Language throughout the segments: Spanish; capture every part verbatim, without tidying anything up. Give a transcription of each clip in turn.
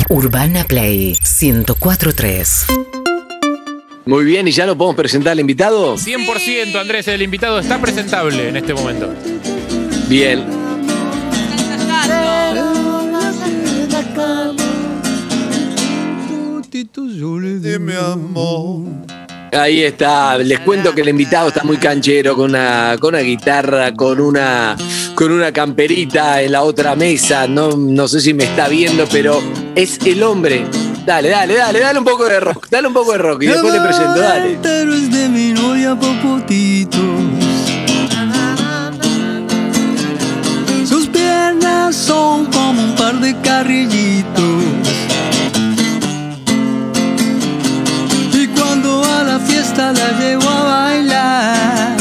Urbana Play ciento cuatro punto tres. Muy bien, ¿y ya lo podemos presentar al invitado? cien por ciento, Andrés, el invitado está presentable en este momento. Bien. De mi amor. Ahí está, les cuento que el invitado está muy canchero, con una, con una guitarra, con una, con una camperita en la otra mesa, no, no sé si me está viendo, pero es el hombre. Dale, dale, dale, dale un poco de rock, dale un poco de rock y después te presento, dale. Es de mi novia Popotitos. Sus piernas son como un par de carrillitos. Y cuando a la fiesta la llevo a bailar,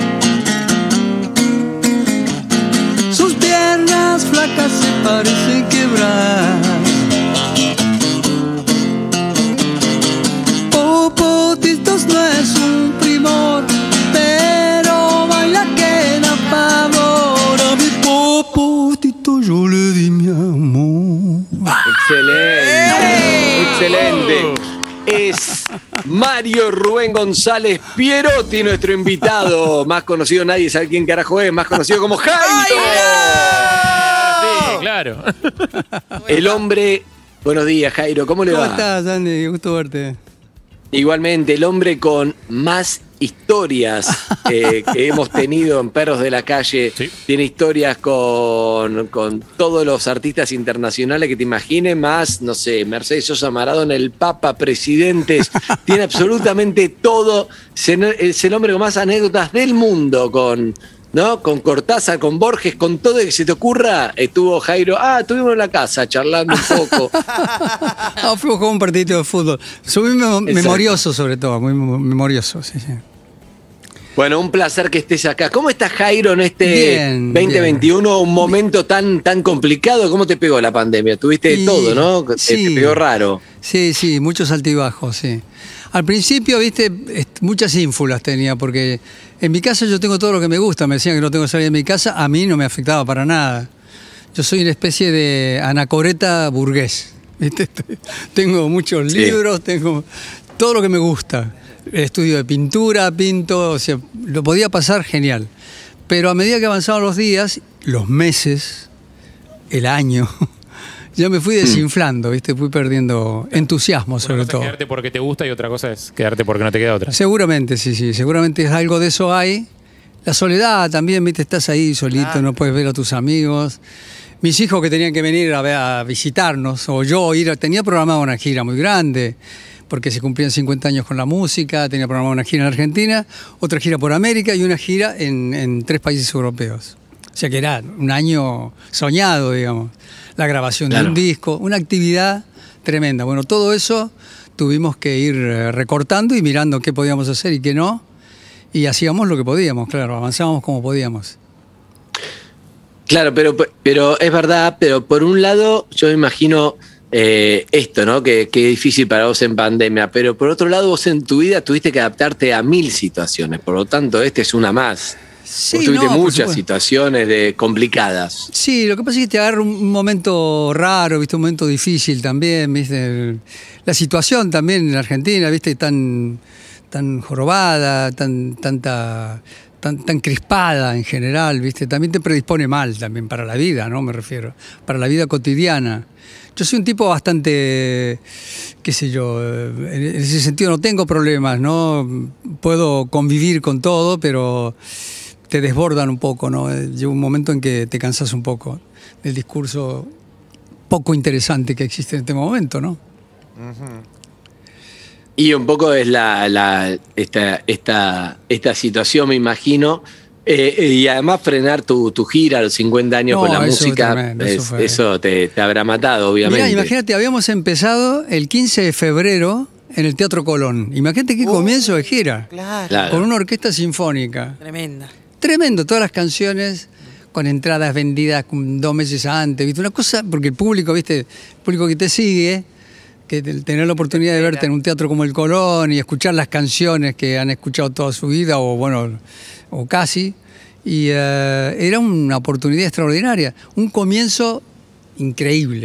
sus piernas flacas se parecen quebrar. Popotitos no es un primor, pero baila que da pavor. A mi Popotito yo le di mi amor. Excelente, excelente. Es Mario Rubén González Pierotti, nuestro invitado, más conocido, nadie sabe quién carajo es, más conocido como Jairo. Sí, claro. El hombre, buenos días Jairo, ¿cómo le ¿Cómo va? estás, Andy? Gusto verte. Igualmente, el hombre con más historias eh, que hemos tenido en Perros de la Calle. Sí. Tiene historias con, con todos los artistas internacionales que te imagines, más, no sé, Mercedes Sosa Maradona, el Papa, presidentes. Tiene absolutamente todo. Es el hombre con más anécdotas del mundo, con, ¿no? Con Cortázar, con Borges, con todo lo que se te ocurra. Estuvo Jairo, ah, estuvimos en la casa charlando un poco. Ah, fuimos como un partidito de fútbol. Soy muy memorioso, sobre todo, muy memorioso, sí, sí. Bueno, un placer que estés acá. ¿Cómo estás, Jairo, en este Bien, veinte veintiuno? bien. Un momento tan, tan complicado. ¿Cómo te pegó la pandemia? Tuviste de Y- todo, ¿no? sí. Te pegó raro. Sí, sí, muchos altibajos, sí. Al principio, viste, est- muchas ínfulas tenía, porque en mi casa yo tengo todo lo que me gusta. Me decían que no tengo que salir de mi casa, a mí no me afectaba para nada. Yo soy una especie de anacoreta burgués, ¿viste? Tengo muchos Sí. libros, tengo todo lo que me gusta. El estudio de pintura, pinto, o sea, lo podía pasar genial. Pero a medida que avanzaban los días, los meses, el año, ya me fui desinflando, ¿viste? Fui perdiendo entusiasmo, sobre Una cosa todo. es quedarte porque te gusta y otra cosa es quedarte porque no te queda otra. Seguramente, sí, sí, seguramente es algo de eso hay. La soledad también, ¿viste? Estás ahí solito, no puedes ver a tus amigos. Mis hijos que tenían que venir a, ver- a visitarnos, o yo ir, a- tenía programada una gira muy grande, porque se cumplían cincuenta años con la música, tenía programada una gira en Argentina, otra gira por América y una gira en, en tres países europeos. O sea que era un año soñado, digamos. La grabación Claro. de un disco, una actividad tremenda. Bueno, todo eso tuvimos que ir eh, recortando y mirando qué podíamos hacer y qué no. Y hacíamos lo que podíamos, claro, avanzábamos como podíamos. Claro, pero, pero es verdad, pero por un lado yo me imagino eh, esto, ¿no? Que, que es difícil para vos en pandemia, pero por otro lado vos en tu vida tuviste que adaptarte a mil situaciones, por lo tanto esta es una más. Sí, vos tuviste no, por muchas supuesto. situaciones de, complicadas. Sí, lo que pasa es que te agarra un momento raro, ¿viste? Un momento difícil también, ¿viste? El- la situación también en Argentina, ¿viste? Tan, tan jorobada, tan, tanta, tan, tan crispada en general, ¿viste? También te predispone mal también para la vida, ¿no? Me refiero, para la vida cotidiana. Yo soy un tipo bastante, qué sé yo, en ese sentido no tengo problemas, ¿no? Puedo convivir con todo, pero te desbordan un poco, ¿no? Llega un momento en que te cansas un poco del discurso poco interesante que existe en este momento, ¿no? Y un poco es la, la esta, esta, esta situación, me imagino. Eh, y además frenar tu, tu gira a los cincuenta años No, con la eso música, tremendo, es- eso fue- eso te, te habrá matado, obviamente. Mirá, imagínate, habíamos empezado el quince de febrero en el Teatro Colón. Imagínate qué comienzo de gira. Claro, Claro. Con una orquesta sinfónica. tremenda. Tremendo, todas las canciones con entradas vendidas con dos meses antes, ¿viste? Una cosa, porque el público, ¿viste? El público que te sigue, que te- tener la oportunidad de verte en un teatro como el Colón y escuchar las canciones que han escuchado toda su vida, o bueno, o casi, y eh, era una oportunidad extraordinaria, un comienzo increíble.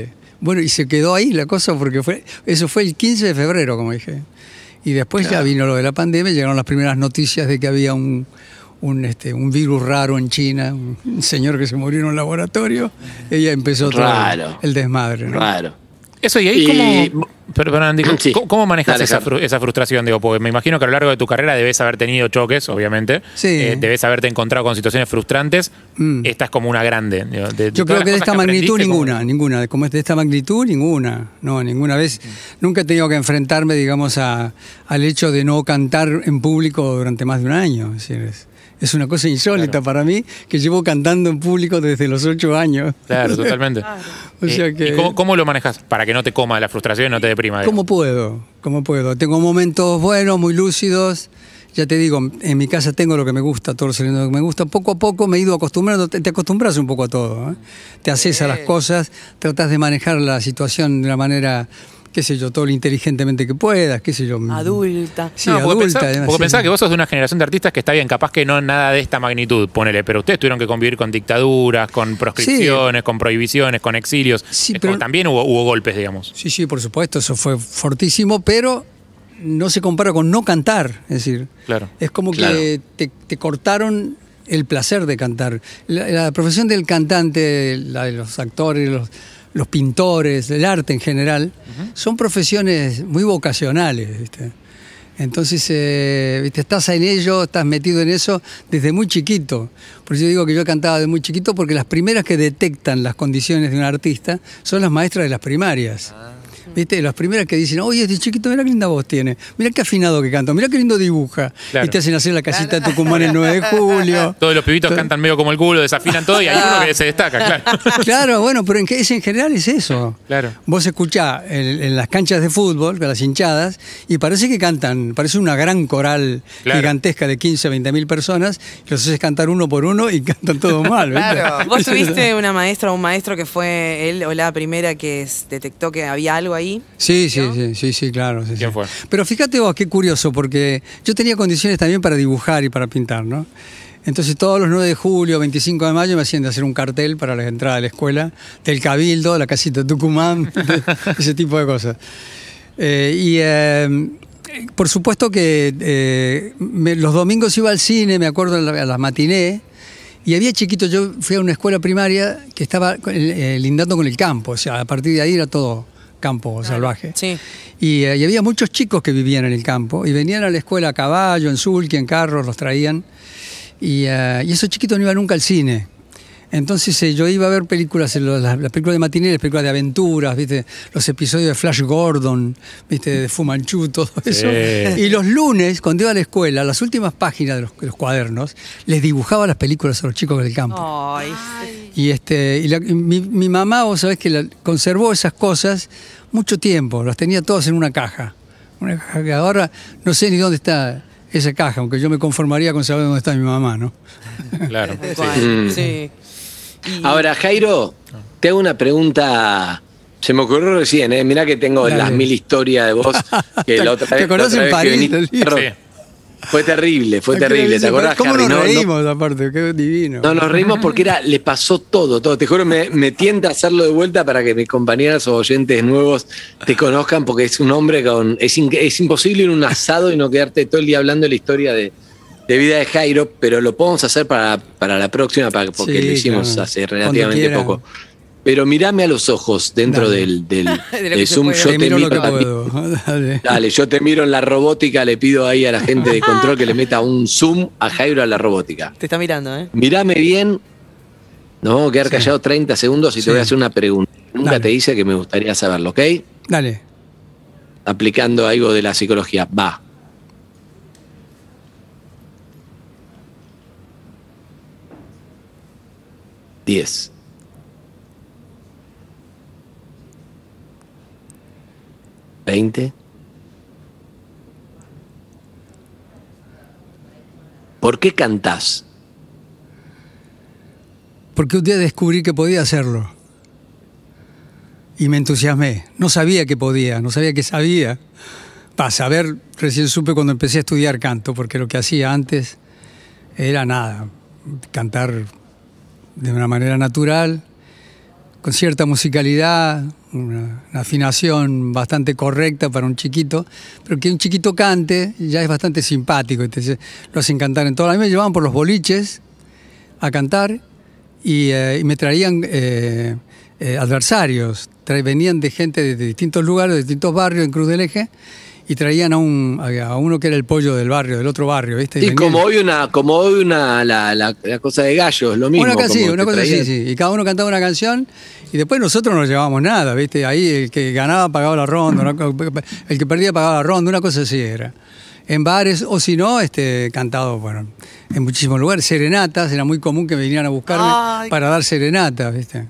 Bueno, y se quedó ahí la cosa porque fue eso fue el quince de febrero, como dije. Y después claro. ya vino lo de la pandemia, llegaron las primeras noticias de que había un, un, este, un virus raro en China, un señor que se murió en un laboratorio, ella empezó todo raro. el desmadre, ¿no? Raro. Eso, y ahí Y- cómo... Pero, pero, Andy, Sí. ¿cómo, cómo manejas Dale, esa, Carlos. fru- esa frustración? Digo, porque me imagino que a lo largo de tu carrera debes haber tenido choques, obviamente. Sí. Eh, debes haberte encontrado con situaciones frustrantes. Mm. Esta es como una grande. Digo, de- de Yo todas creo que de las esta cosas magnitud aprendiste, ¿cómo- ninguna, ninguna. Como es de esta magnitud, ninguna. No, ninguna vez. Nunca he tenido que enfrentarme, digamos, a, al hecho de no cantar en público durante más de un año. Es decir, es, es una cosa insólita Claro. para mí, que llevo cantando en público desde los ocho años. Claro, totalmente. O sea Eh, que- ¿Y cómo, cómo lo manejas para que no te coma la frustración y no te deprima? digamos? ¿Cómo puedo? ¿Cómo puedo? Tengo momentos buenos, muy lúcidos. Ya te digo, en mi casa tengo lo que me gusta, todo lo que me gusta. Poco a poco me he ido acostumbrando, te, te acostumbras un poco a todo, ¿eh? Te haces a las cosas, tratas de manejar la situación de una manera, qué sé yo, todo lo inteligentemente que puedas, qué sé yo. Adulta. Sí, No, porque adulta. pensaba, además, porque sí. pensaba que vos sos de una generación de artistas que está bien, capaz que no nada de esta magnitud, ponele, pero ustedes tuvieron que convivir con dictaduras, con proscripciones, con prohibiciones, con exilios. Sí, Es pero- como también hubo, hubo golpes, digamos. Sí, sí, por supuesto, eso fue fortísimo, pero no se compara con no cantar. Es decir, Claro. es como Claro. que te, te cortaron el placer de cantar. La, la profesión del cantante, la de los actores, los, los pintores, el arte en general, son profesiones muy vocacionales, ¿viste? Entonces, eh, ¿viste? Estás en ello, estás metido en eso desde muy chiquito. Por eso yo digo que yo cantaba desde muy chiquito porque las primeras que detectan las condiciones de un artista son las maestras de las primarias. ¿Viste? Las primeras que dicen, oye, este chiquito, mira qué linda voz tiene, mira qué afinado que canta, mira qué lindo dibuja. Claro. Y te hacen hacer la casita de Tucumán el nueve de julio. Todos los pibitos cantan medio como el culo, desafinan todo y hay uno que se destaca, claro. Claro, bueno, pero en, que es, en general es eso. Claro. Vos escuchás en, en las canchas de fútbol, con las hinchadas, y parece que cantan, parece una gran coral Claro. gigantesca de quince o veinte mil personas, y los haces cantar uno por uno y cantan todo mal. ¿viste? Claro. ¿Vos tuviste una maestra o un maestro que fue él o la primera que s- detectó que había algo ahí? Sí, sí, sí, sí, sí, claro. sí, ¿Quién sí. fue? Pero fíjate vos, qué curioso, porque yo tenía condiciones también para dibujar y para pintar, ¿no? Entonces todos los nueve de julio, veinticinco de mayo me hacían de hacer un cartel para la entrada de la escuela, del Cabildo, la casita de Tucumán, ese tipo de cosas. Eh, y eh, por supuesto que eh, me- los domingos iba al cine, me acuerdo, a la- a las matinés, y había chiquitos, yo fui a una escuela primaria que estaba eh, lindando con el campo, o sea, a partir de ahí era todo campo salvaje. Sí. Y, eh, y había muchos chicos que vivían en el campo y venían a la escuela a caballo, en sulky, en carros, los traían. Y, eh, y esos chiquitos no iban nunca al cine. Entonces eh, yo iba a ver películas, las, las películas de matiné, las películas de aventuras, ¿viste? Los episodios de Flash Gordon, ¿viste? De Fu Manchu, todo eso. Y los lunes, cuando iba a la escuela, las últimas páginas de los, de los cuadernos, les dibujaba las películas a los chicos del campo. Ay. Y, este, y la- y mi, mi mamá, vos sabés que la- conservó esas cosas mucho tiempo, las tenía todas en una caja. Una caja que ahora no sé ni dónde está esa caja, aunque yo me conformaría con saber dónde está mi mamá, ¿no? Claro. Tal sí. cual. Mm. Sí. Y- Ahora, Jairo, te hago una pregunta. Se me ocurrió recién, ¿eh? Mirá que tengo Dale. las mil historias de vos. Que ¿Te- la otra te vez, la acordás otra en vez que París, viniste, del libro? Perro, Sí. fue terrible, fue terrible. ¿Te acordás, ¿Cómo Harry? nos No, no- reímos, aparte? Qué divino. No, nos reímos porque era, le pasó todo, todo. Te juro, me, me tienta hacerlo de vuelta para que mis compañeras o oyentes nuevos te conozcan, porque es un hombre con. Es, in- es imposible ir a un asado y no quedarte todo el día hablando de la historia de, de vida de Jairo, pero lo podemos hacer para, para la próxima, para, porque Sí, lo hicimos claro. hace Cuando relativamente quiera. poco. Pero mirame a los ojos dentro Dale. del, del, De lo que del se Zoom. puede. Yo Te te miro lo miro que a ti. puedo. Dale. Dale, yo te miro en la robótica, le pido ahí a la gente de control que le meta un zoom a Jairo a la robótica. Te está mirando, ¿eh? Mirame bien, nos vamos a quedar Sí. callados treinta segundos y Sí. te voy a hacer una pregunta. Nunca Dale. te hice que me gustaría saberlo, ¿ok? Dale. Aplicando algo de la psicología. Va. Diez. Veinte. ¿Por qué cantás? Porque un día descubrí que podía hacerlo. Y me entusiasmé. No sabía que podía, no sabía que sabía. Para saber, recién supe cuando empecé a estudiar canto, porque lo que hacía antes era nada, cantar de una manera natural, con cierta musicalidad, una, una afinación bastante correcta para un chiquito, pero que un chiquito cante ya es bastante simpático. Entonces, lo hacen cantar en todo. A mí me llevaban por los boliches a cantar y, eh, y me traían eh, eh, adversarios. Tra venían de gente de, de distintos lugares, de distintos barrios en Cruz del Eje, y traían a, un, a uno que era el pollo del barrio, del otro barrio, ¿viste? Y, y como hoy una, como hoy una la, la, la cosa de gallos, lo mismo. Una, cosa, sí, una cosa traían. así, sí. Y cada uno cantaba una canción y después nosotros no llevábamos nada, ¿viste? Ahí el que ganaba pagaba la ronda, una, el que perdía pagaba la ronda, una cosa así era. En bares, o si no, este, cantado, bueno, en muchísimos lugares. Serenatas, era muy común que me vinieran a buscarme Ay. para dar serenatas, ¿viste?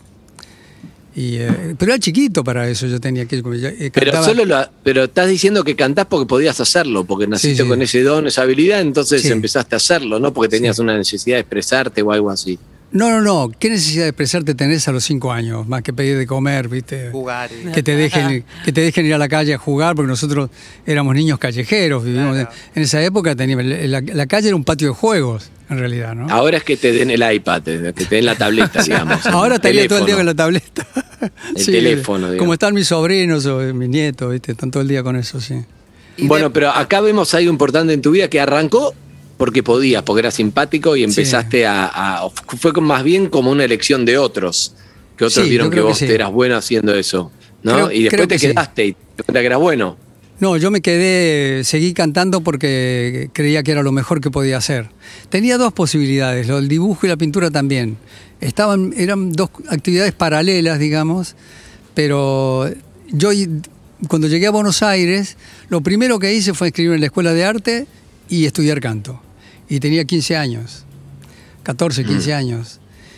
Y, eh, pero era chiquito para eso, yo tenía que... Eh, pero solo lo, pero estás diciendo que cantás porque podías hacerlo, porque naciste sí, sí. con ese don, esa habilidad, entonces sí. empezaste a hacerlo, no porque tenías sí. una necesidad de expresarte o algo así. No, no, no. ¿Qué necesidad de expresarte tenés a los cinco años? Más que pedir de comer, ¿viste? Jugar. Que te dejen, que te dejen ir a la calle a jugar, porque nosotros éramos niños callejeros. Vivimos claro. en, en esa época teníamos, la, la calle era un patio de juegos, en realidad, ¿no? Ahora es que te den el iPad, que te den la tableta, digamos. Ahora estaría todo el día con la tableta. El sí, teléfono, digamos. Como están mis sobrinos o mis nietos, ¿viste? Están todo el día con eso, sí. Bueno, pero acá vemos algo importante en tu vida que arrancó porque podías, porque eras simpático y empezaste sí. a, a... Fue más bien como una elección de otros, que otros sí, vieron que vos que sí. eras bueno haciendo eso, ¿no? Creo, y después te quedaste sí. y te cuenta que eras bueno. No, yo me quedé, seguí cantando porque creía que era lo mejor que podía hacer. Tenía dos posibilidades, el dibujo y la pintura también. Estaban, eran dos actividades paralelas, digamos, pero yo cuando llegué a Buenos Aires, lo primero que hice fue inscribirme en la Escuela de Arte y estudiar canto. Y tenía quince años, catorce, quince mm. años.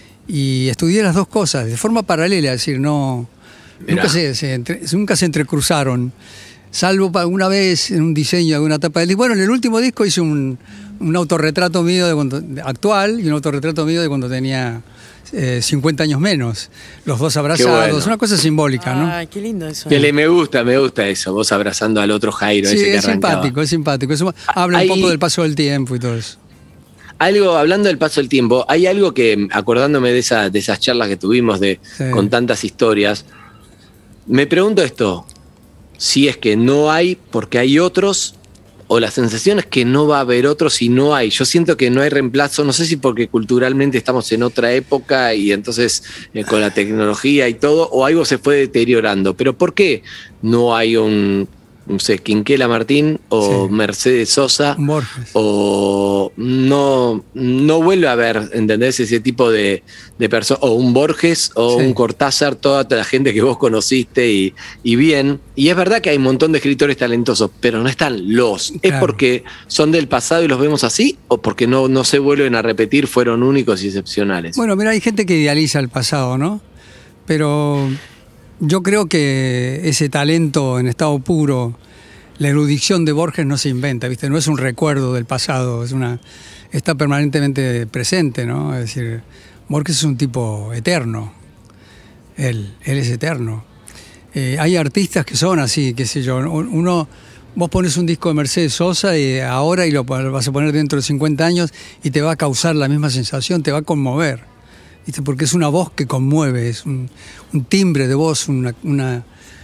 Y estudié las dos cosas de forma paralela, es decir, no, nunca se, se entre, nunca se entrecruzaron. Salvo una vez en un diseño de alguna etapa del disco. Bueno, en el último disco hice un, un autorretrato mío de cuando, de actual y un autorretrato mío de cuando tenía eh, cincuenta años menos. Los dos abrazados, bueno. Una cosa simbólica, ¿no? Ay, qué lindo eso. Que le me gusta, me gusta eso, vos abrazando al otro Jairo. Sí, ese que es simpático, es simpático. Eso habla hay, un poco del paso del tiempo y todo eso. Algo, hablando del paso del tiempo, hay algo que, acordándome de, esa, de esas charlas que tuvimos de, sí. con tantas historias, me pregunto esto. Si es que no hay porque hay otros, o la sensación es que no va a haber otros y no hay. Yo siento que no hay reemplazo, no sé si porque culturalmente estamos en otra época y entonces eh, con la tecnología y todo, o algo se fue deteriorando. Pero ¿por qué no hay un, no sé, Quinquela Martín o sí. Mercedes Sosa? Borges. O no, no vuelve a haber, ¿entendés? Ese tipo de, de personas, o un Borges o sí. un Cortázar, toda la gente que vos conociste y, y bien. Y es verdad que hay un montón de escritores talentosos, pero no están los. Claro. ¿Es porque son del pasado y los vemos así? ¿O porque no, no se vuelven a repetir, fueron únicos y excepcionales? Bueno, mira, hay gente que idealiza el pasado, ¿no? Pero yo creo que ese talento en estado puro, la erudición de Borges no se inventa, ¿viste? No es un recuerdo del pasado, es una, está permanentemente presente, ¿no? Es decir, Borges es un tipo eterno, él, él es eterno. Eh, hay artistas que son así, qué sé yo, uno, vos pones un disco de Mercedes Sosa y ahora y lo vas a poner dentro de cincuenta años y te va a causar la misma sensación, te va a conmover. ¿Viste? Porque es una voz que conmueve, es un, un timbre de voz, una, una,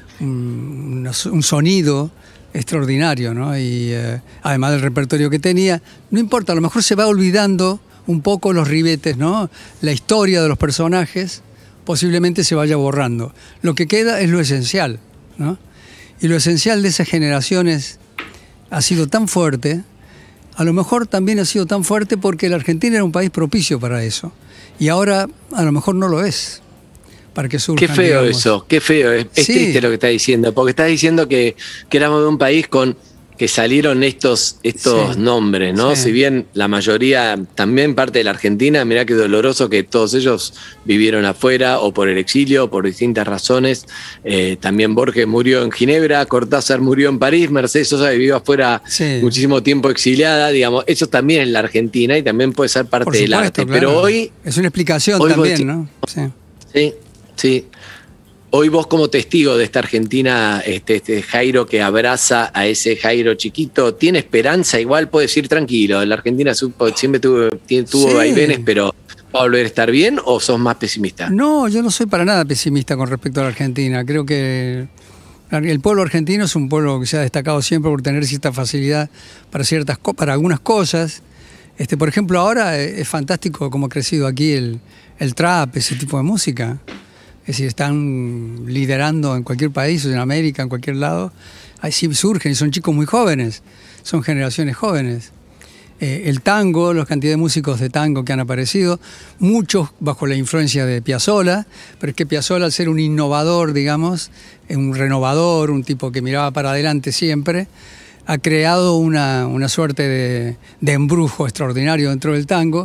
un, un sonido extraordinario, ¿no? Y eh, además del repertorio que tenía, no importa, a lo mejor se va olvidando un poco los ribetes, ¿no? La historia de los personajes posiblemente se vaya borrando. Lo que queda es lo esencial, ¿no? Y lo esencial de esas generaciones ha sido tan fuerte, a lo mejor también ha sido tan fuerte porque la Argentina era un país propicio para eso. Y ahora a lo mejor no lo es. Para que surjan, qué feo digamos. Eso, qué feo. Es, es sí. triste lo que estás diciendo, porque estás diciendo que, que éramos de un país con que salieron estos, estos sí. nombres, ¿no? Sí. Si bien la mayoría, también parte de la Argentina, mirá qué doloroso que todos ellos vivieron afuera o por el exilio, o por distintas razones. Eh, también Borges murió en Ginebra, Cortázar murió en París, Mercedes Sosa vivió afuera sí. muchísimo tiempo exiliada, digamos. Eso también es la Argentina y también puede ser parte supuesto, del arte. Claro. Pero hoy... Es una explicación también, vos, ¿no? Sí. Sí, sí. Hoy vos como testigo de esta Argentina, este, este Jairo que abraza a ese Jairo chiquito, ¿tiene esperanza? Igual puedes ir tranquilo, la Argentina siempre tuvo, tuvo sí. vaivenes, pero ¿Va a volver a estar bien o sos más pesimista? No, yo no soy para nada pesimista con respecto a la Argentina. Creo que el pueblo argentino es un pueblo que se ha destacado siempre por tener cierta facilidad para ciertas para algunas cosas. Este, por ejemplo, ahora es fantástico cómo ha crecido aquí el, el trap, ese tipo de música. Es decir, están liderando en cualquier país, en América, en cualquier lado. Ahí sí surgen, son chicos muy jóvenes, son generaciones jóvenes. Eh, el tango, la cantidad de músicos de tango que han aparecido, muchos bajo la influencia de Piazzolla, pero es que Piazzolla, al ser un innovador, digamos, un renovador, un tipo que miraba para adelante siempre, ha creado una, una suerte de, de embrujo extraordinario dentro del tango,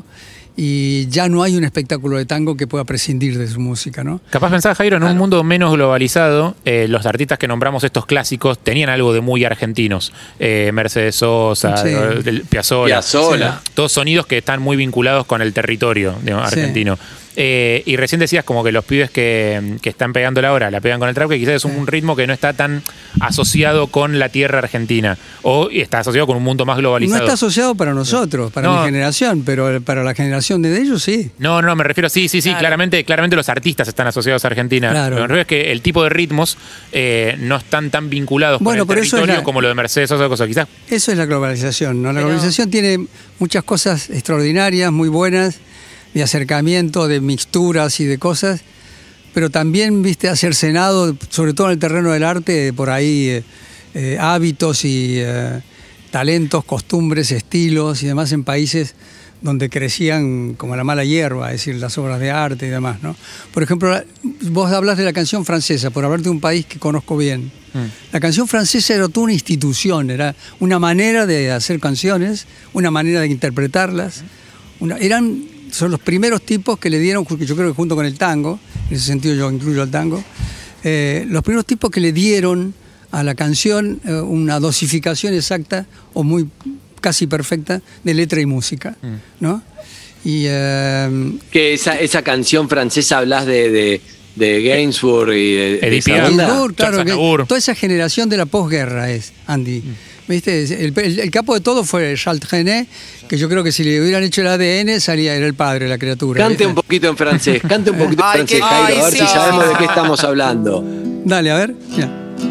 y ya no hay un espectáculo de tango que pueda prescindir de su música, ¿no? Capaz pensás, Jairo, en claro. un mundo menos globalizado, eh, los artistas que nombramos estos clásicos tenían algo de muy argentinos. Eh, Mercedes Sosa, sí. el, Piazzolla. Piazzolla. Sí. Todos sonidos que están muy vinculados con el territorio digamos, argentino. Sí. Eh, y recién decías como que los pibes que, que están pegando la hora la pegan con el trap, que quizás es un ritmo que no está tan asociado con la tierra argentina, o está asociado con un mundo más globalizado. No está asociado para nosotros, para no. mi generación, pero para la generación de ellos sí. No, no, me refiero, sí, sí, sí, claro. claramente, claramente los artistas están asociados a Argentina. Claro. Lo que me refiero es que el tipo de ritmos eh, no están tan vinculados bueno, con el territorio la, como lo de Mercedes o cosas, quizás. Eso es la globalización, ¿no? La pero... globalización tiene muchas cosas extraordinarias, muy buenas, de acercamiento, de mixturas y de cosas, pero también, viste, ha cercenado, sobre todo en el terreno del arte, por ahí eh, eh, hábitos y eh, talentos, costumbres, estilos y demás en países donde crecían como la mala hierba, es decir, las obras de arte y demás, ¿no? Por ejemplo, vos hablas de la canción francesa, por hablar de un país que conozco bien. Mm. La canción francesa era toda una institución, era una manera de hacer canciones, una manera de interpretarlas, una, eran... son los primeros tipos que le dieron, yo creo que junto con el tango, en ese sentido yo incluyo el tango, eh, los primeros tipos que le dieron a la canción eh, una dosificación exacta o muy casi perfecta de letra y música, ¿no? Y, eh, que esa, esa canción francesa hablas de, de, de Gainsbourg y de, de esa Gainsbourg, claro, que toda esa generación de la posguerra es, Andy. Mm. ¿Viste? El, el, el capo de todo fue Charles Trenet, que yo creo que si le hubieran hecho el A D N salía, era el padre, la criatura. Cante ¿viste? un poquito en francés, cante un poquito en francés, Jairo, ay, a ver sí, si sabemos sí. de qué estamos hablando. Dale, a ver. Mira.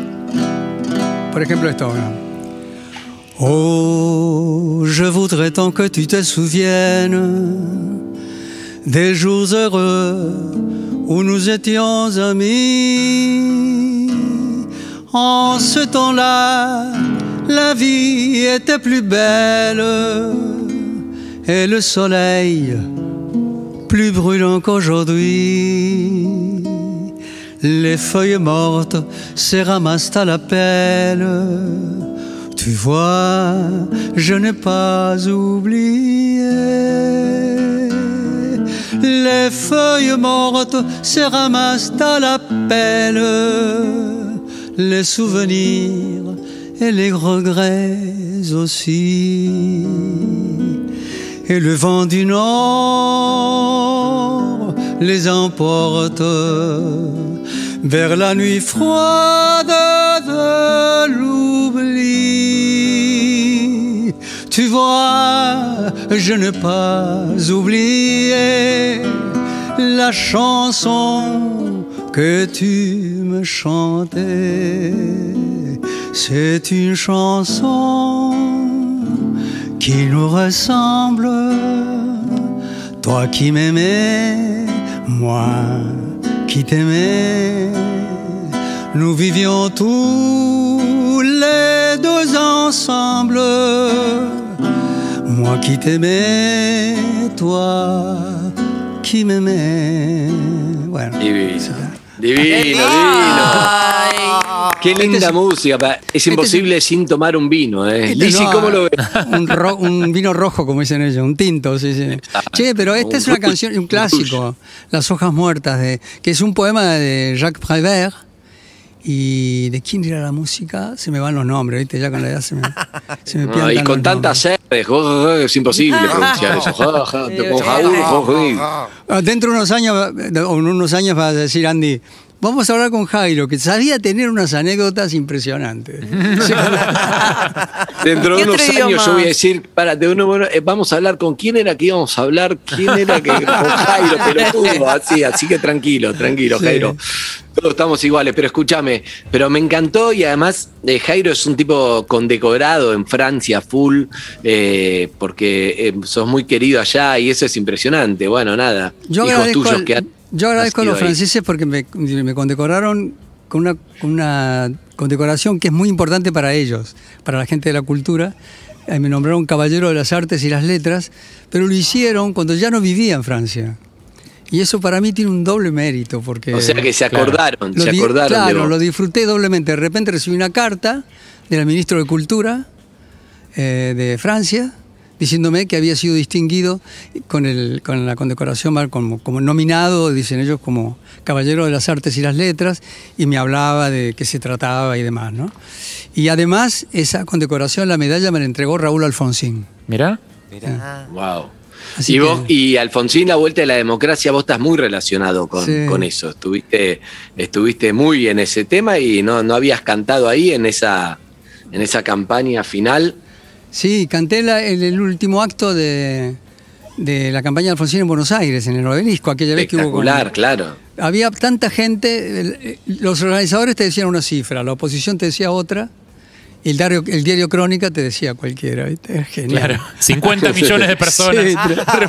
Por ejemplo esto. ¿no? Oh, je voudrais tant que tu te souviennes des jours heureux où nous étions amis. En ce temps-là, la vie était plus belle et le soleil plus brûlant qu'aujourd'hui. Les feuilles mortes se ramassent à la pelle. Tu vois, je n'ai pas oublié. Les feuilles mortes se ramassent à la pelle. Les souvenirs et les regrets aussi. Et le vent du nord les emporte vers la nuit froide de l'oubli. Tu vois, je n'ai pas oublié la chanson que tu me chantais. C'est une chanson qui nous ressemble. Toi qui m'aimais, moi qui t'aimais. Nous vivions tous les deux ensemble. Moi qui t'aimais, toi qui m'aimais. Bueno, divino, divino, divino. Qué linda este es, música. Es imposible este es, sin tomar un vino. ¿eh? Este Lizzy, no, ¿cómo lo ves? Un, ro, un vino rojo, como dicen ellos, un tinto. Sí, sí. Che, pero esta es una canción, un clásico, Las hojas muertas, de, que es un poema de Jacques Prévert. ¿Y de quién era la música? Se me van los nombres, ¿viste? Ya con la edad se me, se me no, y con tanta sed, es imposible pronunciar eso. Dentro de unos años, o en unos años vas a decir, Andy, vamos a hablar con Jairo, que sabía tener unas anécdotas impresionantes. Dentro de ¿Qué unos otro años idioma? yo voy a decir, párate, uno, bueno, eh, vamos a hablar con quién era que íbamos a hablar, quién era que con Jairo, pelotudo, así, así que tranquilo, tranquilo, Sí. Jairo. Todos estamos iguales, pero escúchame, pero me encantó y además eh, Jairo es un tipo condecorado en Francia, full, eh, porque eh, sos muy querido allá y eso es impresionante. Bueno, nada, Yo hijos agradezco, tuyos al- que han yo agradezco a los nacido ahí. franceses porque me, me condecoraron con una, con una condecoración que es muy importante para ellos, para la gente de la cultura. Eh, me nombraron Caballero de las Artes y las Letras, pero lo hicieron cuando ya no vivía en Francia. Y eso para mí tiene un doble mérito, porque... O sea que se Claro. acordaron, Lo se di- acordaron de Claro, vos. lo disfruté doblemente. De repente recibí una carta del ministro de Cultura eh, de Francia diciéndome que había sido distinguido con, el, con la condecoración, como, como nominado, dicen ellos, como Caballero de las Artes y las Letras, y me hablaba de qué se trataba y demás, ¿no? Y además, esa condecoración, la medalla, me la entregó Raúl Alfonsín. Mirá. Mirá. Wow. Así Y que- vos, y Alfonsín, la vuelta de la democracia, vos estás muy relacionado con, Sí. con eso. Estuviste, estuviste muy en ese tema y no, no habías cantado ahí en esa, en esa campaña final. Sí, canté la- el, el último acto de, de la campaña de Alfonsín en Buenos Aires, en el Obelisco, aquella vez que hubo... con- Espectacular, claro. Había tanta gente, el- los organizadores te decían una cifra, la oposición te decía otra, y el diario, el diario Crónica te decía cualquiera, ¿viste? Era genial. Claro. cincuenta millones de personas. Sí,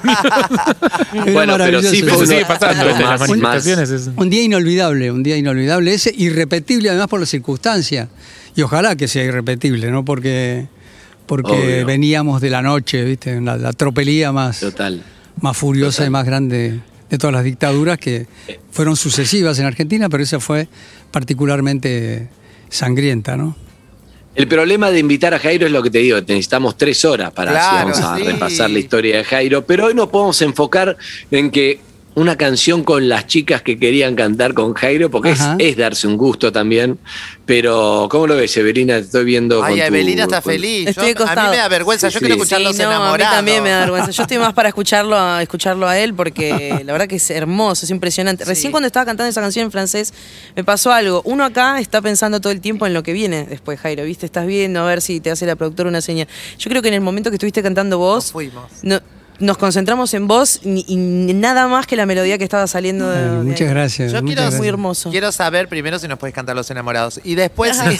reunidos. Era Bueno, pero maravilloso. sí, Eso fue sigue uno- pasando más- en las más- manifestaciones. es- Un día inolvidable, un día inolvidable ese, irrepetible además por las circunstancias. Y ojalá que sea irrepetible, ¿no? Porque, porque Obvio. veníamos de la noche, ¿viste? La, la tropelía más, Total. más furiosa Total. y más grande de todas las dictaduras que fueron sucesivas en Argentina, pero esa fue particularmente sangrienta, ¿no? El problema de invitar a Jairo es lo que te digo, necesitamos tres horas para Claro, si vamos a sí. repasar la historia de Jairo, pero hoy nos podemos enfocar en que una canción con las chicas que querían cantar con Jairo, porque es, Ajá. es darse un gusto también, pero ¿cómo lo ves, Evelina? Te estoy viendo Ay, con tu- Evelina está con- feliz. Estoy Yo- a mí acostado. me da vergüenza. Yo Sí, quiero sí. escuchar los Sí, no, a mí enamorados. también me da vergüenza. Yo estoy más para escucharlo a, escucharlo a él porque la verdad que es hermoso, es impresionante. Sí. Recién cuando estaba cantando esa canción en francés me pasó algo. Uno acá está pensando todo el tiempo en lo que viene después, Jairo, ¿viste? Estás viendo a ver si te hace la productora una señal. Yo creo que en el momento que estuviste cantando Nos vos, fuimos. no- nos concentramos en vos y, y nada más que la melodía que estaba saliendo de, Ay, de muchas ahí. gracias. Yo muchas quiero- gracias. Muy hermoso. Quiero saber primero si nos puedes cantar Los Enamorados. Y después si,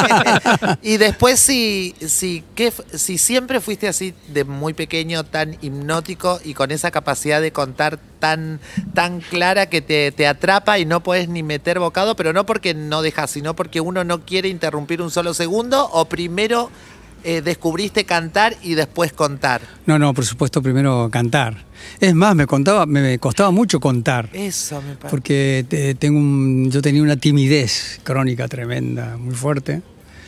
y después si, si, ¿qué f- si siempre fuiste así de muy pequeño, tan hipnótico y con esa capacidad de contar tan, tan clara que te, te atrapa y no puedes ni meter bocado, pero no porque no dejas, sino porque uno no quiere interrumpir un solo segundo, o primero eh, descubriste cantar y después contar. No, no, por supuesto, primero cantar. Es más, me, contaba, me, me costaba mucho contar. Eso me parece. Porque te- tengo un, yo tenía una timidez crónica tremenda, muy fuerte,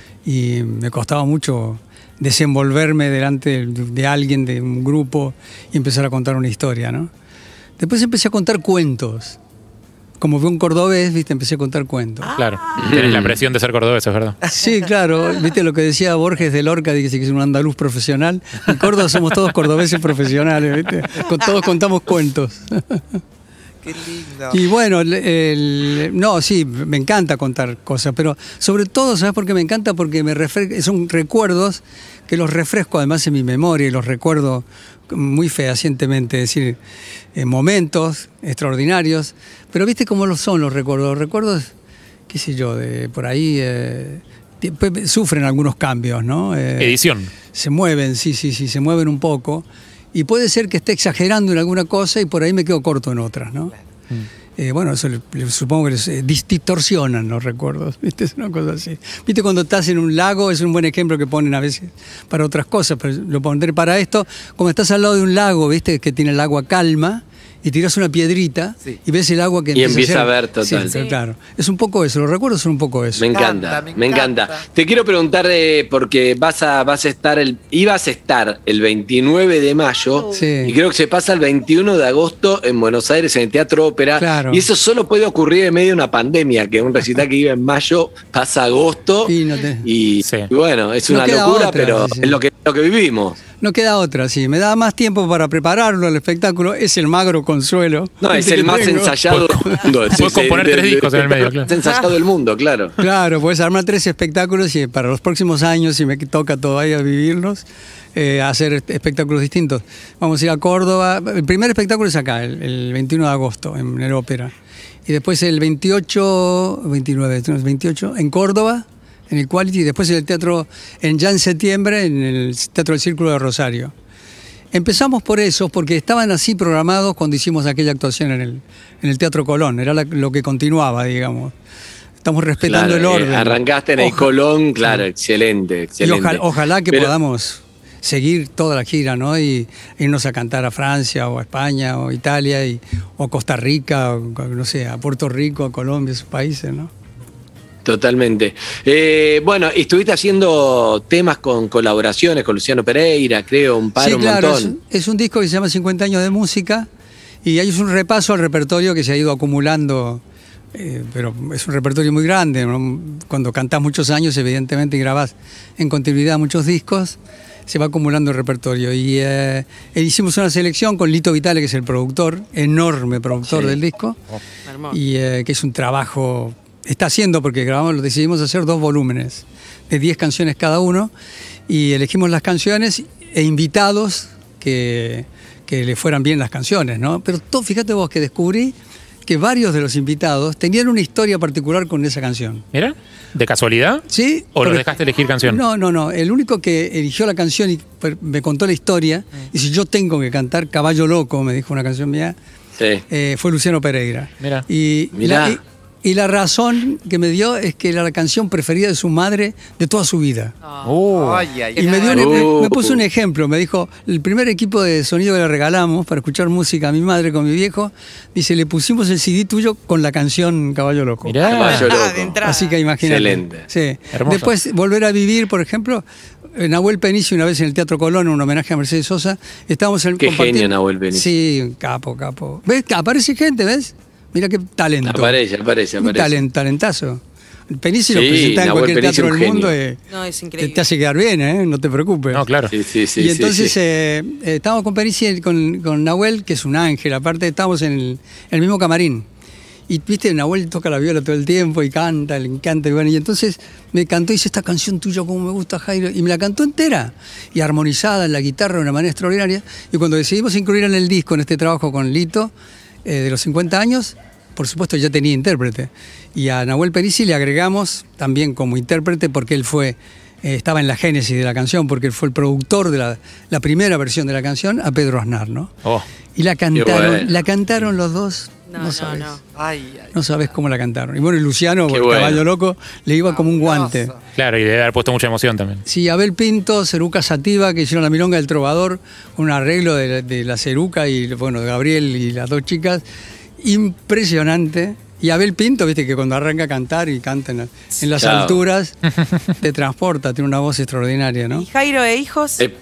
y me costaba mucho desenvolverme delante de, de alguien, de un grupo, y empezar a contar una historia, ¿no? Después empecé a contar cuentos. Como fue un cordobés, viste, empecé a contar cuentos. Claro. Tienes la presión de ser cordobés, es verdad. Sí, claro, viste lo que decía Borges de Lorca, dice que es un andaluz profesional. En Córdoba somos todos cordobeses profesionales, viste. Con- Todos contamos cuentos. Qué lindo. Y bueno, el- el- no, sí, me encanta contar cosas, pero sobre todo, ¿sabes por qué me encanta? Porque me refre- son recuerdos que los refresco además en mi memoria y los recuerdo muy fehacientemente, es decir, eh, momentos extraordinarios, pero viste cómo lo son los recuerdos. Los recuerdos, qué sé yo, de por ahí eh, ti- pe- sufren algunos cambios, ¿no? Eh, Edición. se mueven, sí, sí, sí, se mueven un poco. Y puede ser que esté exagerando en alguna cosa y por ahí me quedo corto en otras, ¿no? Eh, bueno, eso le- le- supongo que les, eh, dis- distorsionan los recuerdos, ¿viste? Es una cosa así. ¿Viste cuando estás en un lago? Es un buen ejemplo que ponen a veces para otras cosas, pero lo pondré para esto. Como estás al lado de un lago, ¿viste? Que tiene el agua calma y tiras una piedrita Sí. y ves el agua que Y empieza, empieza a, a ver, ser- total. Sí, pero claro. Es un poco eso, los recuerdos son un poco eso. Me encanta, encanta, me me encanta. encanta. Te quiero preguntar, eh, porque vas a, vas a estar el, ibas a estar el veintinueve de mayo Sí. y creo que se pasa el veintiuno de agosto en Buenos Aires en el Teatro Ópera. Claro. Y eso solo puede ocurrir en medio de una pandemia, que un recital que iba en mayo pasa a agosto. Sí, no te- Y, Sí. y bueno, es No una queda locura, otra, pero sí, sí. es lo que, lo lo que vivimos. No queda otra, sí. Me da más tiempo para prepararlo al espectáculo. Es el magro consuelo. No, es Este el que más tengo. ensayado del mundo. Es- Puedes es- componer de- tres de- discos en el medio, claro. Más ensayado del mundo, claro. Claro, puedes armar tres espectáculos y para los próximos años, si me toca todavía vivirlos, eh, hacer est- espectáculos distintos. Vamos a ir a Córdoba. El primer espectáculo es acá, el, el veintiuno de agosto, en el ópera. Y después el veintiocho, veintinueve, veintiocho, en Córdoba, en el Quality. Y después en el teatro, en, ya en septiembre, en el Teatro del Círculo de Rosario. Empezamos por eso, porque estaban así programados cuando hicimos aquella actuación en el, en el Teatro Colón. Era la- lo que continuaba, digamos. Estamos respetando Claro, el eh, orden. arrancaste en el Oja- Colón, claro, excelente, Y excelente. ojalá, ojalá que Pero- podamos seguir toda la gira, ¿no? Y irnos a cantar a Francia o a España o a Italia y, o a Costa Rica, o, no sé, a Puerto Rico, a Colombia, esos países, ¿no? Totalmente. Eh, bueno, estuviste haciendo temas con colaboraciones con Luciano Pereira, creo, un par, Sí, un claro, es, montón. un- es un disco que se llama cincuenta años de música y ahí es un repaso al repertorio que se ha ido acumulando, eh, pero es un repertorio muy grande, ¿no? Cuando cantás muchos años, evidentemente, y grabás en continuidad muchos discos, se va acumulando el repertorio. Y eh, hicimos una selección con Lito Vitale, que es el productor, enorme productor Sí. del disco, Hermoso. y eh, que es un trabajo, está haciendo, porque grabamos, lo decidimos hacer dos volúmenes de diez canciones cada uno, y elegimos las canciones e invitados que, que le fueran bien las canciones, ¿no? Pero todo, fíjate vos que descubrí que varios de los invitados tenían una historia particular con esa canción. ¿Mira? ¿De casualidad? ¿Sí? ¿O los Porque- dejaste elegir canción? No, no, no. El único que eligió la canción y per- me contó la historia, y si yo tengo que cantar Caballo Loco, me dijo una canción mía, Sí. eh, fue Luciano Pereira. Mirá. Y, Mirá. La, y, y la razón que me dio es que era la canción preferida de su madre de toda su vida. Oh. Ay, ay, Y me, dio un- ay. me- Uh. me puso un ejemplo, me dijo, el primer equipo de sonido que le regalamos para escuchar música a mi madre con mi viejo, dice, le pusimos el C D tuyo con la canción Caballo Loco. Mirá. Caballo Ah, Loco. de entrada. Así que imagínate. Excelente. Sí. Hermoso. Después, Volver a Vivir, por ejemplo, eh, Nahuel Penici una vez en el Teatro Colón, en un homenaje a Mercedes Sosa, estábamos en Qué compartiendo- genio Nahuel Penici. Sí, capo, capo. ¿Ves? Aparece gente, ¿ves? Mira qué talento. Aparece, aparece, Un aparece. talent, talentazo. Penici lo Sí, presenta en Nahuel cualquier Penici teatro un del mundo. genio. eh, No, es te, increíble. te hace quedar bien, ¿eh? No te preocupes. No, claro. Sí, sí, sí. y entonces sí, sí. eh, eh, estábamos con Penici, con, con Nahuel, que es un ángel, aparte estábamos en el, en el mismo camarín. Y viste, Nahuel toca la viola todo el tiempo y canta, le encanta. Y, bueno, y entonces me cantó y dice, esta canción tuya, como me gusta, Jairo. Y me la cantó entera y armonizada en la guitarra de una manera extraordinaria. Y cuando decidimos incluir en el disco, en este trabajo con Lito, eh, de los cincuenta años, por supuesto ya tenía intérprete. Y a Nahuel Penici le agregamos también como intérprete porque él fue, eh, estaba en la génesis de la canción, porque él fue el productor de la, la primera versión de la canción, a Pedro Aznar, ¿no? Oh. Y la cantaron, bueno. la cantaron los dos, No, no, no, sabes. no. Ay, ay. No sabes cómo la cantaron. Y bueno, y Luciano, Qué el bueno. Caballo Loco, le iba como un guante. Fabuloso. Claro, y debe haber puesto mucha emoción también. Sí, Abel Pinto, Ceruca Sativa, que hicieron la milonga del Trovador, un arreglo de, la- de la Ceruca y, bueno, de Gabriel y las dos chicas, impresionante. Y Abel Pinto, viste, que cuando arranca a cantar y canta en, la- en las Chao. alturas, te transporta, tiene una voz extraordinaria, ¿no? ¿Y Jairo e hijos? Eh,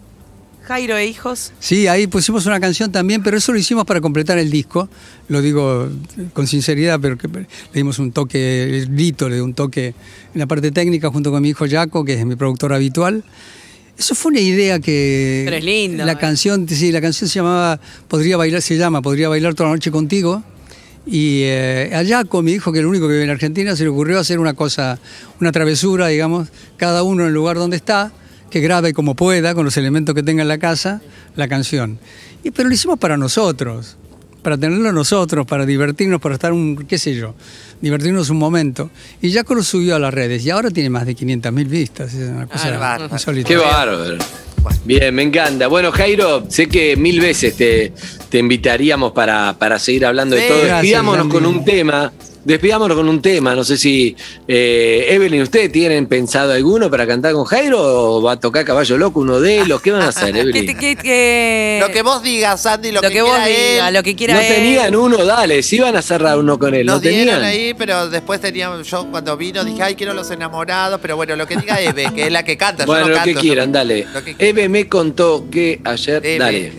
Jairo e hijos. Sí, ahí pusimos una canción también, pero eso lo hicimos para completar el disco. Lo digo con sinceridad, pero que le dimos un toque, Lito le dio un toque en la parte técnica junto con mi hijo Jaco, que es mi productor habitual. Eso fue una idea que... Pero es lindo, La eh. canción, sí, la canción se llamaba, Podría bailar, se llama Podría bailar toda la noche contigo. Y eh, a Jaco, mi hijo, que es el único que vive en Argentina, se le ocurrió hacer una cosa, una travesura, digamos, cada uno en el lugar donde está, que grabe como pueda, con los elementos que tenga en la casa, la canción. Y, pero lo hicimos para nosotros, para tenerlo nosotros, para divertirnos, para estar un, qué sé yo, divertirnos un momento. Y Jaco lo subió a las redes y ahora tiene más de quinientas mil vistas, es una cosa bárbaro. insólita. Qué bárbaro. Bien, me encanta. Bueno, Jairo, sé que mil veces te, te invitaríamos para, para seguir hablando de Sí. todo. Gracias, Despidámonos Andy. con un tema. Despidámonos con un tema. No sé si, eh, Evelyn, ¿ustedes tienen pensado alguno para cantar con Jairo o va a tocar Caballo Loco, uno de ellos? ¿Qué van a hacer, ¿Qué, Evelyn? te- qué- qué- Lo que vos digas, Sandy, lo, lo que, que vos quiera él. digas, lo que quiera No él. tenían uno, dale, si iban a cerrar uno con él, Nos no tenían. dieron ahí, pero después teníamos, yo cuando vino dije, ay, quiero los enamorados, pero bueno, lo que diga Eve, que es la que canta, Bueno, yo no lo que canto, quieran, yo- dale. lo que- Eve me contó que ayer, Eve. dale.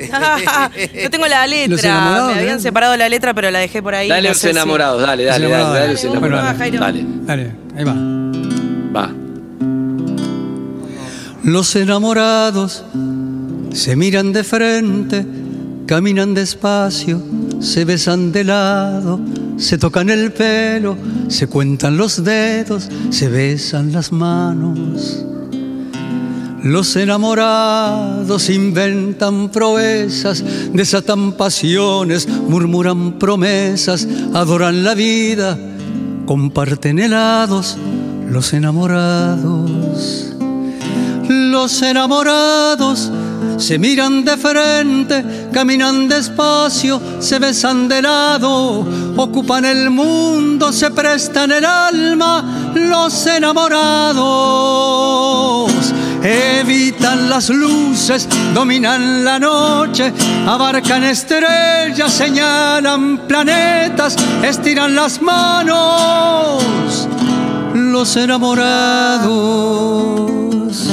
Yo tengo la Los letra. enamorados, Me habían ¿eh? separado la letra, pero la dejé por ahí. Dale no los sé si- enamorados, dale, dale, Los dale, enamorados, dale, dale. los Bueno, enamorados. Jairo. Dale, Dale, ahí va. va. Los enamorados se miran de frente, caminan despacio, se besan de lado, se tocan el pelo, se cuentan los dedos, se besan las manos. Los enamorados inventan proezas, desatan pasiones, murmuran promesas, adoran la vida, comparten helados. Los enamorados, los enamorados se miran de frente, caminan despacio, se besan de lado, ocupan el mundo, se prestan el alma. Los enamorados evitan las luces, dominan la noche, abarcan estrellas, señalan planetas, estiran las manos. Los enamorados,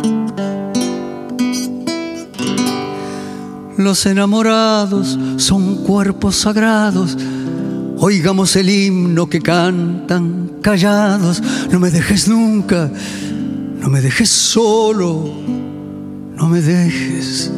los enamorados son cuerpos sagrados. Oigamos el himno que cantan callados. No me dejes nunca, no me dejes solo, no me dejes.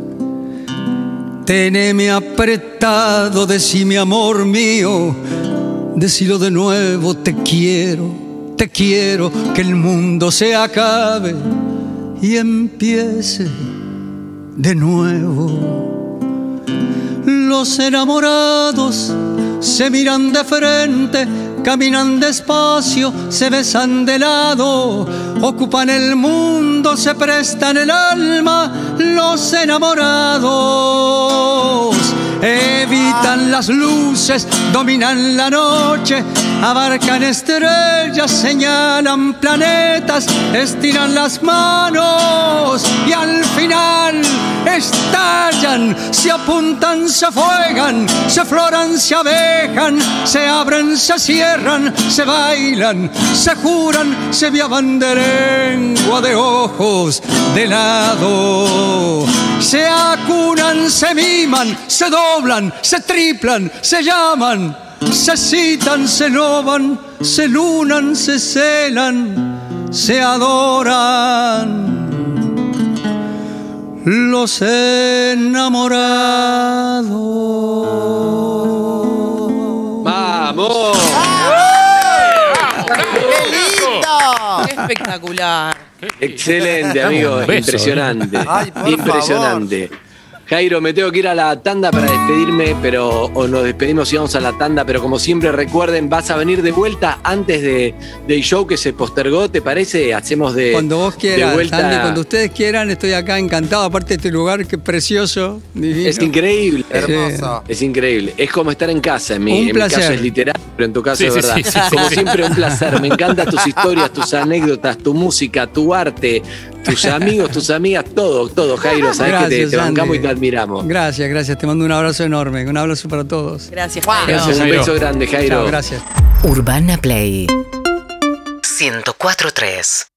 Teneme apretado, decime amor mío, decilo de nuevo, te quiero, te quiero, que el mundo se acabe y empiece de nuevo. Los enamorados se miran de frente, caminan despacio, se besan de lado, ocupan el mundo, se prestan el alma. Los enamorados evitan las luces, dominan la noche, abarcan estrellas, señalan planetas, estiran las manos y al final estallan, se apuntan, se fuegan, se floran, se abejan, se abren, se cierran, se bailan, se juran, se viaban de lengua, de ojos, de lado. Se acunan, se miman, se doblan, se triplan, se llaman, se citan, se loban, se lunan, se celan, se adoran. Los enamorados. ¡Vamos! ¡Qué lindo! Espectacular. Excelente, amigo. Un beso, Impresionante. Ay, por Impresionante. Jairo, me tengo que ir a la tanda para despedirme, pero o nos despedimos y vamos a la tanda, pero como siempre recuerden, vas a venir de vuelta antes de, del show que se postergó, ¿te parece? Hacemos de Cuando vos de quieras, vuelta. Sandy, cuando ustedes quieran, estoy acá encantado. Aparte de este lugar que es precioso, divino. Es increíble. Hermoso. Es increíble. Es como estar en casa. En mi, Un en mi placer. caso es literal, pero en tu caso Sí, es sí, verdad. sí, sí, como sí. siempre, un placer. Me encantan tus historias, tus anécdotas, tu música, tu arte, tus amigos, tus amigas, todo, todo, Jairo. Sabes que te, Gracias, te bancamos Sandy. y te admiramos. Gracias, gracias. Te mando un abrazo enorme. Un abrazo para todos. Gracias, Wow. Jairo. Gracias, un Jairo. beso grande, Jairo. Chao, gracias. Urbana Play ciento cuatro punto tres.